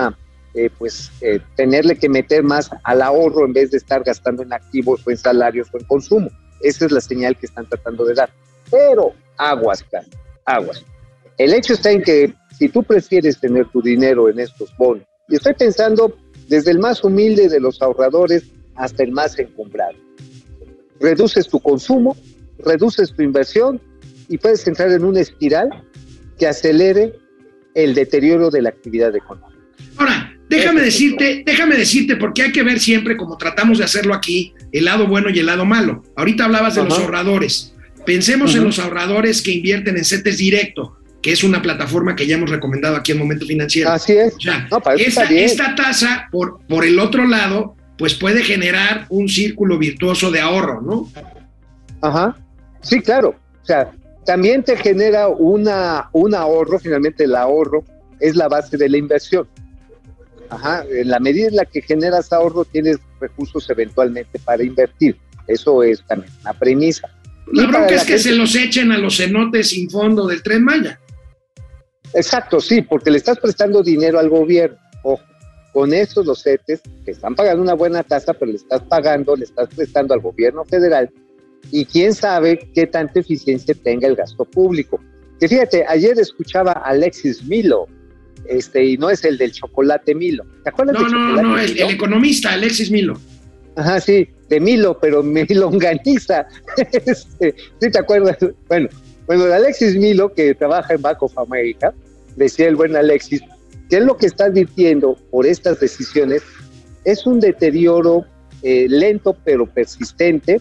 tenerle que meter más al ahorro en vez de estar gastando en activos o en salarios o en consumo. Esa es la señal que están tratando de dar. Pero aguas, Carlos, aguas. El hecho está en que si tú prefieres tener tu dinero en estos bonos, y estoy pensando desde el más humilde de los ahorradores hasta el más encumbrado, reduces tu consumo, reduces tu inversión y puedes entrar en una espiral que acelere el deterioro de la actividad económica. Ahora, déjame decirte, porque hay que ver siempre, como tratamos de hacerlo aquí, el lado bueno y el lado malo. Ahorita hablabas de los ahorradores. Pensemos en los ahorradores que invierten en CETES Directo, que es una plataforma que ya hemos recomendado aquí en Momento Financiero. Así es. O sea, esta tasa, por el otro lado, pues puede generar un círculo virtuoso de ahorro, ¿no? Ajá. Sí, claro. O sea, también te genera un ahorro. Finalmente el ahorro es la base de la inversión. Ajá, en la medida en la que generas ahorro, tienes recursos eventualmente para invertir. Eso es también una premisa. La bronca es que se los echen a los cenotes sin fondo del Tren Maya. Exacto, sí, porque le estás prestando dinero al gobierno. Ojo, con estos los CETES, que están pagando una buena tasa, pero le estás prestando al gobierno federal, y quién sabe qué tanta eficiencia tenga el gasto público. Que fíjate, ayer escuchaba a Alexis Milo, y no es el del chocolate Milo. ¿Te acuerdas del chocolate No, Milo? el economista, Alexis Milo. Ajá, sí, de Milo, pero me longaniza. ¿Sí te acuerdas? Bueno, Alexis Milo, que trabaja en Bank of America, decía el buen Alexis, que es lo que está advirtiendo por estas decisiones es un deterioro lento pero persistente,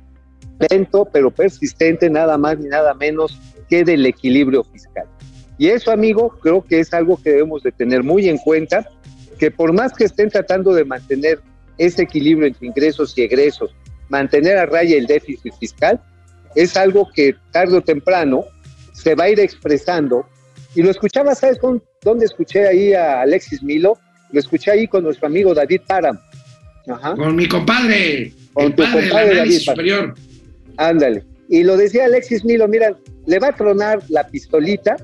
nada más ni nada menos que del equilibrio fiscal. Y eso, amigo, creo que es algo que debemos de tener muy en cuenta, que por más que estén tratando de mantener ese equilibrio entre ingresos y egresos, mantener a raya el déficit fiscal, es algo que tarde o temprano se va a ir expresando. Y lo escuchaba, ¿sabes dónde escuché ahí a Alexis Milo? Lo escuché ahí con nuestro amigo David Parham. Ajá. Con mi compadre, con el tu padre compadre del análisis David superior. Ándale. Y lo decía Alexis Milo, mira, le va a tronar la pistolita,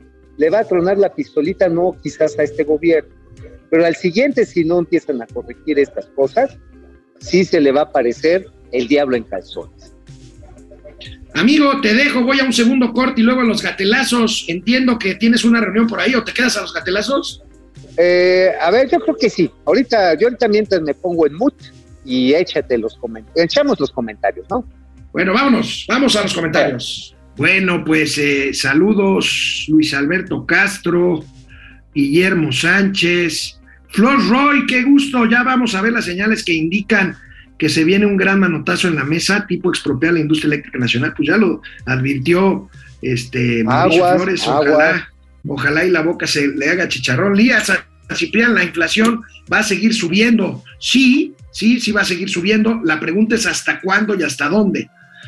no quizás a este gobierno, pero al siguiente, si no empiezan a corregir estas cosas, sí se le va a aparecer el diablo en calzones. Amigo, te dejo, voy a un segundo corte y luego a los gatelazos. Entiendo que tienes una reunión por ahí, ¿o te quedas a los gatelazos? A ver, yo creo que sí. Ahorita mientras me pongo en mute y echamos los comentarios, ¿no? Bueno, vamos a los comentarios. Bueno, pues saludos Luis Alberto Castro, Guillermo Sánchez, Flor Roy, qué gusto, ya vamos a ver las señales que indican que se viene un gran manotazo en la mesa, tipo expropiar la industria eléctrica nacional, pues ya lo advirtió Mauricio Flores, ojalá y la boca se le haga chicharrón. Lías a Ciprián, la inflación va a seguir subiendo, sí va a seguir subiendo, la pregunta es hasta cuándo y hasta dónde.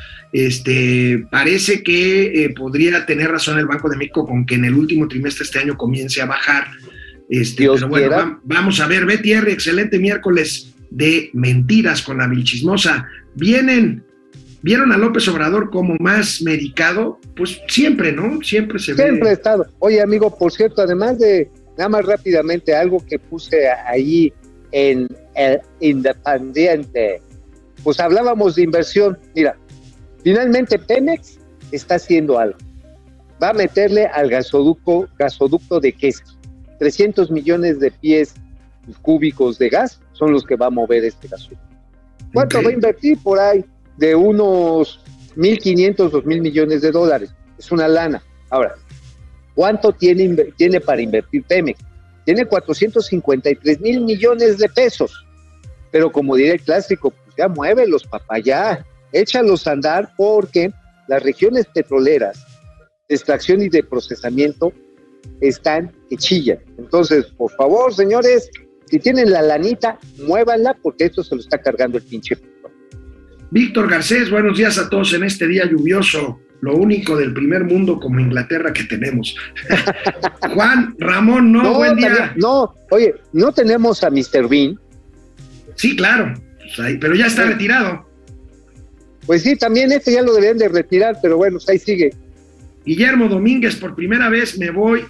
Parece que podría tener razón el Banco de México con que en el último trimestre de este año comience a bajar, pero bueno, vamos a ver. Betty R, excelente miércoles de mentiras con la vilchismosa. ¿Vieron a López Obrador como más medicado? Pues siempre, ¿no? Siempre ha estado. Oye, amigo, por cierto, además de, nada más rápidamente, algo que puse ahí en el Independiente, pues hablábamos de inversión. Mira, finalmente Pemex está haciendo algo. Va a meterle al gasoducto de Quesqui. 300 millones de pies cúbicos de gas son los que va a mover este gasoducto. ¿Cuánto va a invertir? Por ahí de unos 1.500, 2.000 millones de dólares. Es una lana. Ahora, ¿cuánto tiene para invertir Pemex? Tiene 453,000 millones de pesos. Pero como diría el clásico, pues ya muévelos, papá, ya. Échalos a andar, porque las regiones petroleras de extracción y de procesamiento están que chillan. Entonces, por favor, señores, si tienen la lanita, muévanla, porque esto se lo está cargando el pinche. Víctor Garcés, buenos días a todos en este día lluvioso, lo único del primer mundo como Inglaterra que tenemos. Juan Ramón, buen día. Oye, ¿no tenemos a Mr. Bean? Sí, claro, pues ahí, pero ya está retirado. Pues sí, también ya lo deberían de retirar, pero bueno, ahí sigue. Guillermo Domínguez, por primera vez me voy,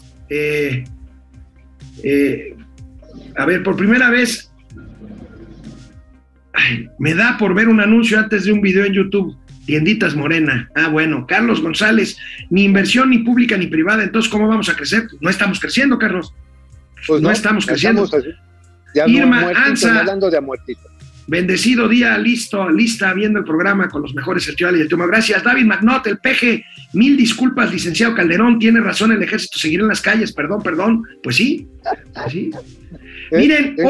por primera vez, me da por ver un anuncio antes de un video en YouTube, Tienditas Morena. Bueno, Carlos González, ni inversión ni pública ni privada, entonces ¿cómo vamos a crecer? No estamos creciendo, Carlos. Pues no estamos creciendo. Irma Anza, hablando de muertito. Bendecido día, lista viendo el programa con los mejores certificados y el tema. Gracias, David Magnot, el PG. 1000 disculpas, licenciado Calderón, tiene razón, el ejército seguirá en las calles, perdón. Pues sí. Miren,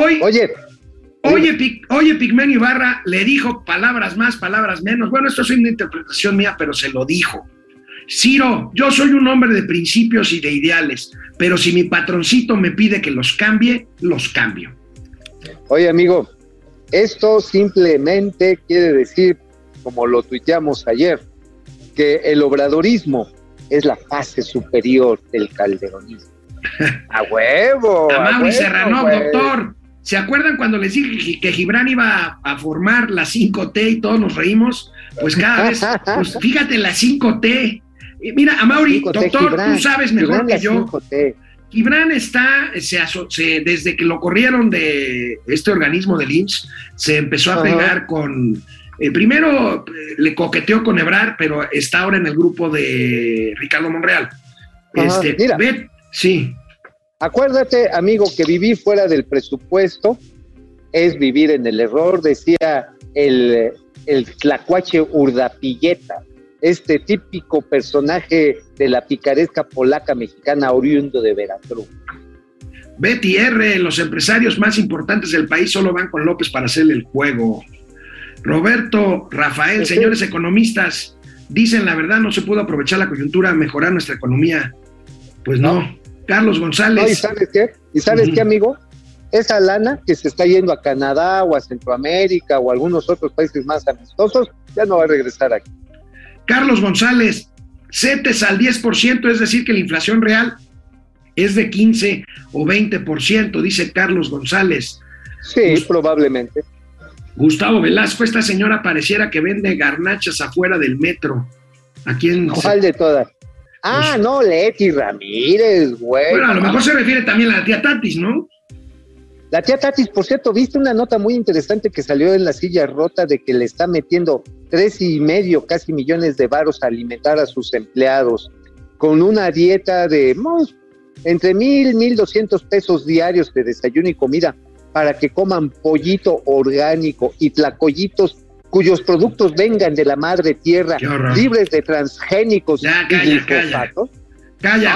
Oye, Pigmenio Ibarra le dijo palabras más, palabras menos. Bueno, esto es una interpretación mía, pero se lo dijo. Ciro, yo soy un hombre de principios y de ideales, pero si mi patroncito me pide que los cambie, los cambio. Oye, amigo, esto simplemente quiere decir, como lo tuiteamos ayer, que el obradorismo es la fase superior del calderonismo. ¡A huevo! A Mauri Serrano, doctor. ¿Se acuerdan cuando les dije que Gibran iba a formar la 5T y todos nos reímos? Pues cada vez, pues fíjate, la 5T. Mira, Amaury, doctor, Gibran, tú sabes mejor que yo. 5T. Gibran está, desde que lo corrieron de este organismo del IMSS, se empezó a pegar con, primero le coqueteó con Ebrard, pero está ahora en el grupo de Ricardo Monreal. Mira, sí. Acuérdate, amigo, que vivir fuera del presupuesto es vivir en el error, decía el tlacuache Urdapilleta, este típico personaje de la picaresca polaca mexicana oriundo de Veracruz. Betty R., los empresarios más importantes del país solo van con López para hacerle el juego. Roberto Rafael, señores economistas, dicen la verdad, no se pudo aprovechar la coyuntura a mejorar nuestra economía. Pues no. Carlos González. No, ¿y sabes qué? ¿Y sabes qué, amigo? Esa lana que se está yendo a Canadá o a Centroamérica o a algunos otros países más amistosos, ya no va a regresar aquí. Carlos González, CETES al 10%, es decir que la inflación real es de 15 o 20%, dice Carlos González. Sí, probablemente. Gustavo Velasco, esta señora pareciera que vende garnachas afuera del metro. ¿A quién? ¿Cuál de todas? Ah, pues, no, Leti Ramírez, güey. Bueno, a lo mejor se refiere también a la tía Tatis, ¿no? La tía Tatis, por cierto, ¿viste una nota muy interesante que salió en La Silla Rota de que le está metiendo 3.5 casi millones de varos a alimentar a sus empleados con una dieta de entre 1,200 pesos diarios de desayuno y comida para que coman pollito orgánico y tlacoyitos cuyos productos vengan de la madre tierra, libres de transgénicos ya, y glifosatos? Calla,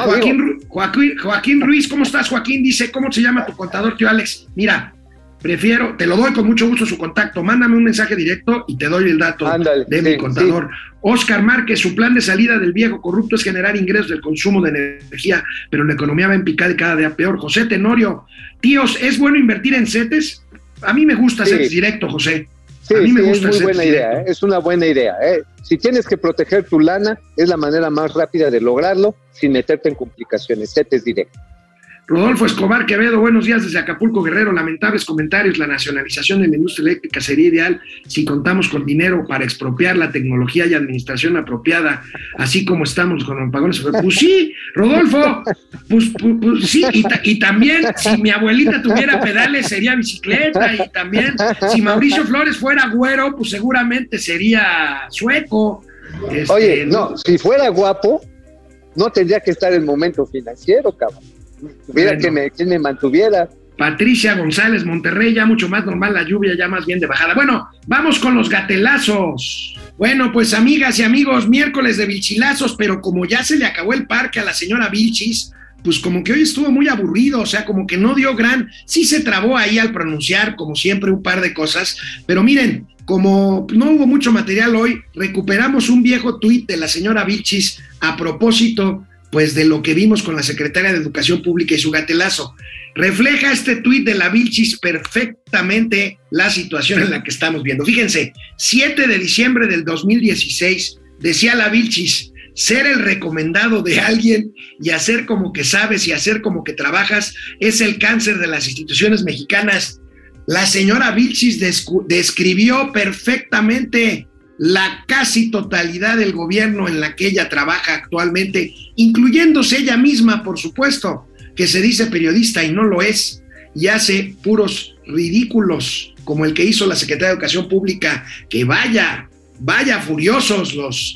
Joaquín Ruiz, ¿cómo estás, Joaquín? Dice, ¿cómo se llama tu contador, tío Alex? Mira, prefiero, te lo doy con mucho gusto su contacto, mándame un mensaje directo y te doy el dato de mi contador. Sí. Oscar Márquez, su plan de salida del viejo corrupto es generar ingresos del consumo de energía, pero la economía va en picada y cada día peor. José Tenorio, tíos, ¿es bueno invertir en CETES? A mí me gusta CETES directo, José. Sí, a mí me gusta, es muy buena idea, es una buena idea. Si tienes que proteger tu lana, es la manera más rápida de lograrlo sin meterte en complicaciones. CETES directo. Rodolfo Escobar Quevedo, buenos días desde Acapulco, Guerrero. Lamentables comentarios. La nacionalización de la industria eléctrica sería ideal si contamos con dinero para expropiar la tecnología y administración apropiada, así como estamos con los apagones. Pues sí, Rodolfo, pues sí, y también si mi abuelita tuviera pedales sería bicicleta, y también si Mauricio Flores fuera güero, pues seguramente sería sueco. Oye, no, si fuera guapo, no tendría que estar en Momento Financiero, cabrón. Mira, bueno, que me mantuviera. Patricia González, Monterrey, ya mucho más normal la lluvia, ya más bien de bajada. Bueno, vamos con los gatelazos. Bueno, pues amigas y amigos, miércoles de vilchilazos, pero como ya se le acabó el parque a la señora Vilchis, pues como que hoy estuvo muy aburrido, o sea, como que no dio sí se trabó ahí al pronunciar, como siempre, un par de cosas, pero miren, como no hubo mucho material hoy, recuperamos un viejo tuit de la señora Vilchis a propósito pues de lo que vimos con la secretaria de Educación Pública y su gatelazo. Refleja este tuit de la Vilchis perfectamente la situación en la que estamos viendo. Fíjense, 7 de diciembre del 2016, decía la Vilchis, ser el recomendado de alguien y hacer como que sabes y hacer como que trabajas es el cáncer de las instituciones mexicanas. La señora Vilchis describió perfectamente la casi totalidad del gobierno en la que ella trabaja actualmente, incluyéndose ella misma, por supuesto, que se dice periodista y no lo es, y hace puros ridículos, como el que hizo la Secretaría de Educación Pública, que vaya furiosos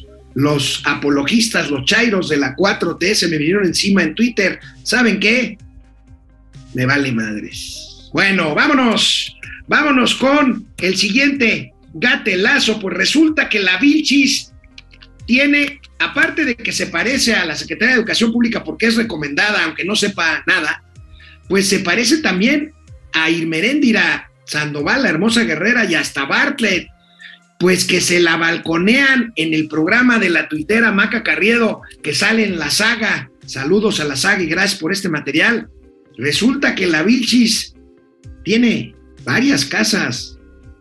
los apologistas, los chairos de la 4T, se me vinieron encima en Twitter. ¿Saben qué? Me vale madres. Bueno, vámonos con el siguiente gatelazo. Pues resulta que la Vilchis tiene, aparte de que se parece a la Secretaría de Educación Pública porque es recomendada, aunque no sepa nada, pues se parece también a Irmeréndira Sandoval, la hermosa guerrera, y hasta Bartlett, pues que se la balconean en el programa de la tuitera Maca Carriedo, que sale en La Saga. Saludos a La Saga y gracias por este material. Resulta que la Vilchis tiene varias casas.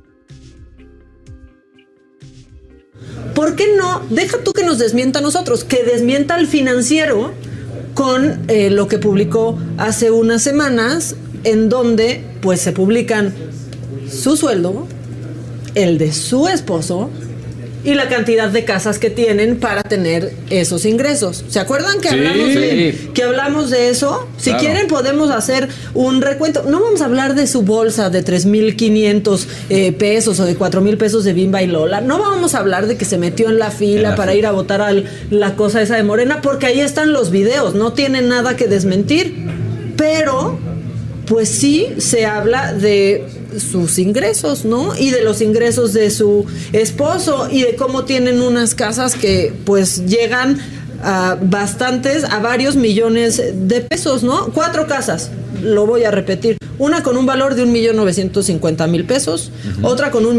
¿Por qué no? Deja tú que nos desmienta a nosotros, que desmienta al Financiero con lo que publicó hace unas semanas, en donde pues se publican su sueldo, el de su esposo y la cantidad de casas que tienen para tener esos ingresos. ¿Se acuerdan que hablamos de eso? Si quieren podemos hacer un recuento. No vamos a hablar de su bolsa de 3,500 pesos o de 4,000 pesos de Bimba y Lola. No vamos a hablar de que se metió en la fila para ir a votar a la cosa esa de Morena, porque ahí están los videos. No tienen nada que desmentir. pero pues sí se habla de sus ingresos, ¿no? Y de los ingresos de su esposo y de cómo tienen unas casas que pues llegan a varios millones de pesos, ¿no? 4 casas, lo voy a repetir. Una con un valor de 1,950,000 pesos, otra con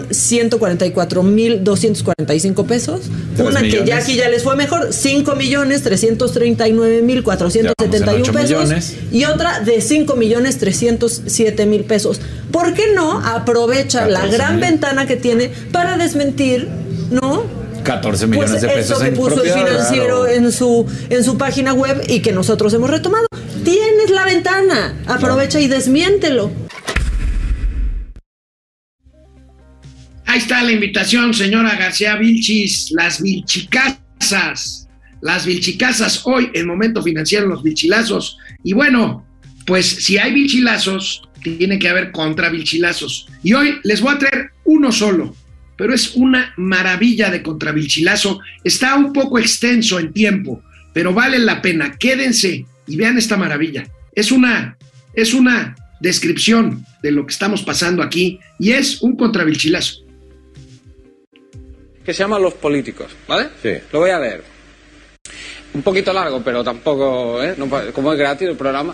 1,144,245 pesos, una que ya aquí ya les fue mejor, 5,339,471 pesos, y otra de 5,307,000 pesos. ¿Por qué no aprovecha la gran ventana que tiene para desmentir, ¿no? 14 millones pues de pesos eso que en puso propiedad, el financiero en su página web y que nosotros hemos retomado. Tienes la ventana, aprovecha y desmiéntelo. Ahí está la invitación, señora García Vilchis, las vilchicasas hoy en Momento Financiero, los vilchilazos. Y bueno, pues si hay vilchilazos, tiene que haber contra vilchilazos. Y hoy les voy a traer uno solo, pero es una maravilla de contravilchilazo. Está un poco extenso en tiempo, pero vale la pena. Quédense y vean esta maravilla. Es una descripción de lo que estamos pasando aquí y es un contravilchilazo. Que se llama Los Políticos, ¿vale? Sí. Lo voy a leer. Un poquito largo, pero tampoco, ¿eh? No, como es gratis el programa.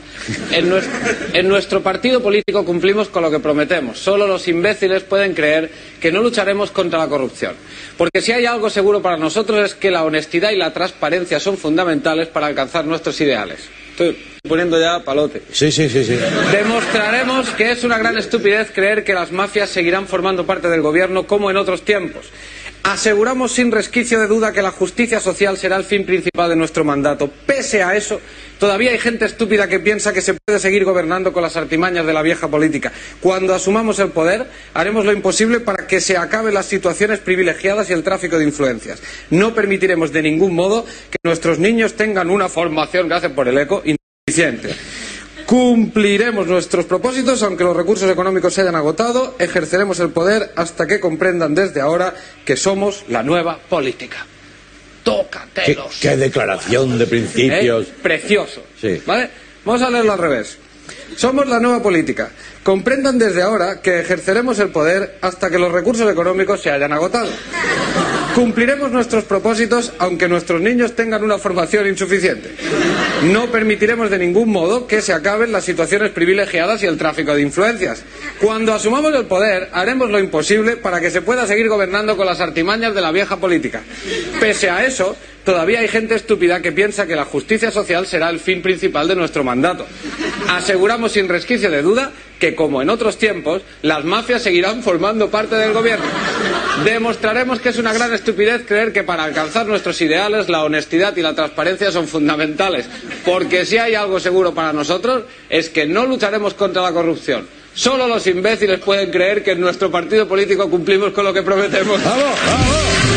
En nuestro partido político cumplimos con lo que prometemos. Solo los imbéciles pueden creer que no lucharemos contra la corrupción. Porque si hay algo seguro para nosotros es que la honestidad y la transparencia son fundamentales para alcanzar nuestros ideales. Estoy poniendo ya palote. Sí. Demostraremos que es una gran estupidez creer que las mafias seguirán formando parte del gobierno como en otros tiempos. Aseguramos sin resquicio de duda que la justicia social será el fin principal de nuestro mandato. Pese a eso, todavía hay gente estúpida que piensa que se puede seguir gobernando con las artimañas de la vieja política. Cuando asumamos el poder, haremos lo imposible para que se acaben las situaciones privilegiadas y el tráfico de influencias. No permitiremos de ningún modo que nuestros niños tengan una formación, gracias por el eco, insuficiente. Cumpliremos nuestros propósitos aunque los recursos económicos se hayan agotado. Ejerceremos el poder hasta que comprendan desde ahora que somos la nueva política. Tócatelos. ¿Qué declaración de principios? Precioso. Sí. ¿Vale? Vamos a leerlo al revés. Somos la nueva política. Comprendan desde ahora que ejerceremos el poder hasta que los recursos económicos se hayan agotado. Cumpliremos nuestros propósitos aunque nuestros niños tengan una formación insuficiente. No permitiremos de ningún modo que se acaben las situaciones privilegiadas y el tráfico de influencias. Cuando asumamos el poder, haremos lo imposible para que se pueda seguir gobernando con las artimañas de la vieja política. Pese a eso, todavía hay gente estúpida que piensa que la justicia social será el fin principal de nuestro mandato. Aseguramos sin resquicio de duda que, como en otros tiempos, las mafias seguirán formando parte del gobierno. Demostraremos que es una gran estupidez creer que para alcanzar nuestros ideales la honestidad y la transparencia son fundamentales, porque si hay algo seguro para nosotros es que no lucharemos contra la corrupción. Solo los imbéciles pueden creer que en nuestro partido político cumplimos con lo que prometemos. ¡Bravo, bravo!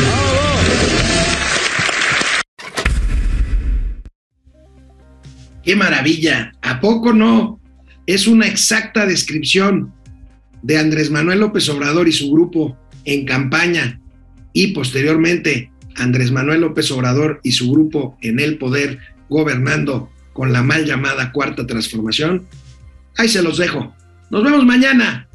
¡Qué maravilla! ¿A poco no? Es una exacta descripción de Andrés Manuel López Obrador y su grupo en campaña y posteriormente Andrés Manuel López Obrador y su grupo en el poder gobernando con la mal llamada Cuarta Transformación. Ahí se los dejo. Nos vemos mañana.